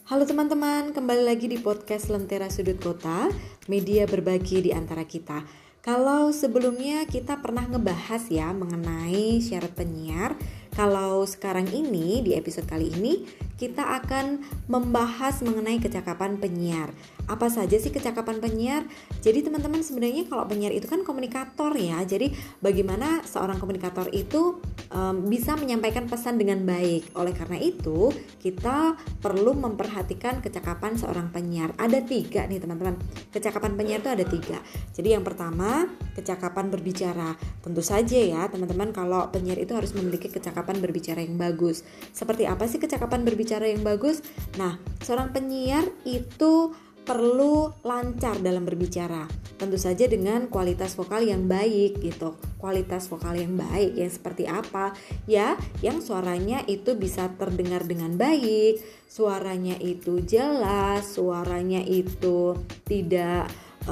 Halo teman-teman, kembali lagi di podcast Lentera Sudut Kota, media berbagi di antara kita. Kalau sebelumnya kita pernah ngebahas ya mengenai syarat penyiar, kalau sekarang ini di episode kali ini kita akan membahas mengenai kecakapan penyiar. Apa saja sih kecakapan penyiar? Jadi teman-teman sebenarnya kalau penyiar itu kan komunikator ya. Jadi bagaimana seorang komunikator itu bisa menyampaikan pesan dengan baik. Oleh karena itu kita perlu memperhatikan kecakapan seorang penyiar. Ada 3 nih teman-teman. Kecakapan penyiar itu ada 3. Jadi yang pertama kecakapan berbicara. Tentu saja ya teman-teman, kalau penyiar itu harus memiliki kecakapan berbicara yang bagus. Seperti apa sih kecakapan berbicara yang bagus? Nah, seorang penyiar itu perlu lancar dalam berbicara. Tentu saja dengan kualitas vokal yang baik gitu. Kualitas vokal yang baik yang seperti apa? Ya, yang suaranya itu bisa terdengar dengan baik, suaranya itu jelas, suaranya itu tidak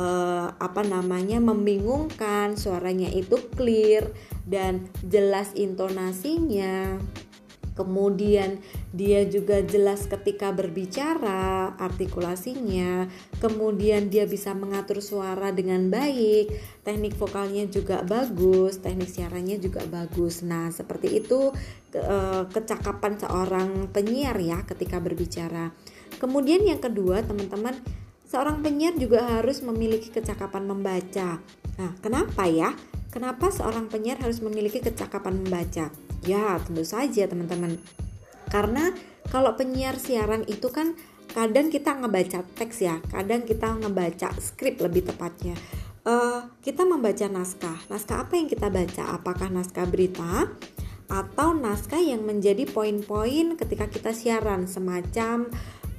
membingungkan, suaranya itu clear dan jelas intonasinya. Kemudian dia juga jelas ketika berbicara, artikulasinya. Kemudian dia bisa mengatur suara dengan baik, teknik vokalnya juga bagus, teknik siarannya juga bagus. Nah, seperti itu kecakapan seorang penyiar ya ketika berbicara. Kemudian yang kedua, teman-teman, seorang penyiar juga harus memiliki kecakapan membaca. Nah, kenapa ya? Kenapa seorang penyiar harus memiliki kecakapan membaca? Ya, tentu saja teman-teman. Karena kalau penyiar siaran itu kan kadang kita ngebaca teks ya, kadang kita ngebaca skrip lebih tepatnya. Kita membaca naskah. Naskah apa yang kita baca? Apakah naskah berita atau naskah yang menjadi poin-poin ketika kita siaran, semacam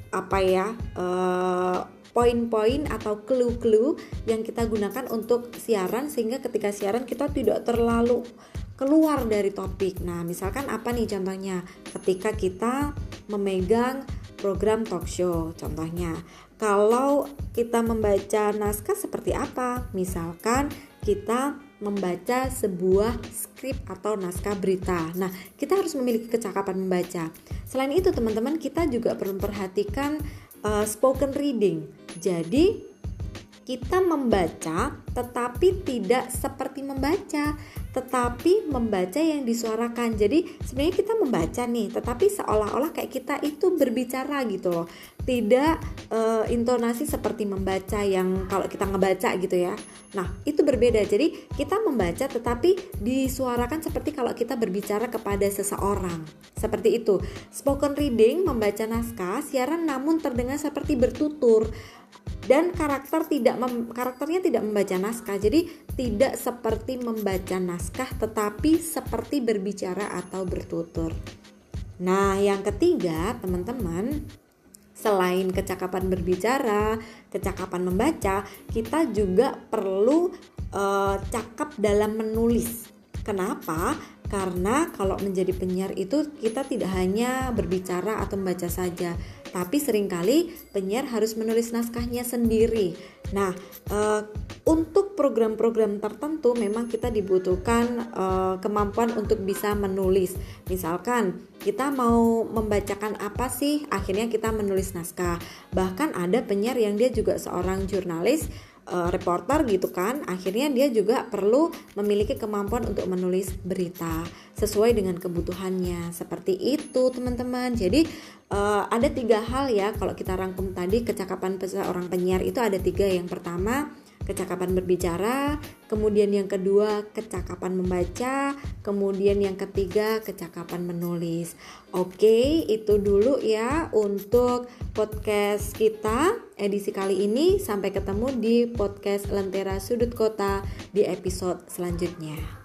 poin-poin atau clue-clue yang kita gunakan untuk siaran, sehingga ketika siaran kita tidak terlalu keluar dari topik. Nah, misalkan apa nih contohnya? Ketika kita memegang program talk show, contohnya. Kalau kita membaca naskah seperti apa? Misalkan kita membaca sebuah skrip atau naskah berita. Nah, kita harus memiliki kecakapan membaca. Selain itu, teman-teman, kita juga perlu memperhatikan spoken reading. Jadi kita membaca tetapi tidak seperti membaca, tetapi membaca yang disuarakan. Jadi sebenarnya kita membaca nih, tetapi seolah-olah kayak kita itu berbicara gitu loh. Tidak intonasi seperti membaca yang kalau kita ngebaca gitu ya. Nah, itu berbeda. Jadi kita membaca tetapi disuarakan seperti kalau kita berbicara kepada seseorang. Seperti itu. Spoken reading, membaca naskah, siaran namun terdengar seperti bertutur. Dan karakternya tidak membaca naskah. Jadi tidak seperti membaca naskah tetapi seperti berbicara atau bertutur. Nah, yang ketiga, teman-teman, selain kecakapan berbicara, kecakapan membaca, kita juga perlu cakap dalam menulis. Kenapa? Karena kalau menjadi penyiar itu kita tidak hanya berbicara atau membaca saja, tapi seringkali penyiar harus menulis naskahnya sendiri. Nah, untuk program-program tertentu memang kita dibutuhkan kemampuan untuk bisa menulis. Misalkan kita mau membacakan apa sih, akhirnya kita menulis naskah. Bahkan ada penyiar yang dia juga seorang jurnalis, reporter gitu kan, akhirnya dia juga perlu memiliki kemampuan untuk menulis berita sesuai dengan kebutuhannya. Seperti itu teman-teman. Jadi ada 3 hal ya kalau kita rangkum tadi. Kecakapan seorang penyiar itu ada 3. Yang pertama kecakapan berbicara, kemudian yang kedua kecakapan membaca, kemudian yang ketiga kecakapan menulis. Oke, itu dulu ya untuk podcast kita edisi kali ini. Sampai ketemu di podcast Lentera Sudut Kota di episode selanjutnya.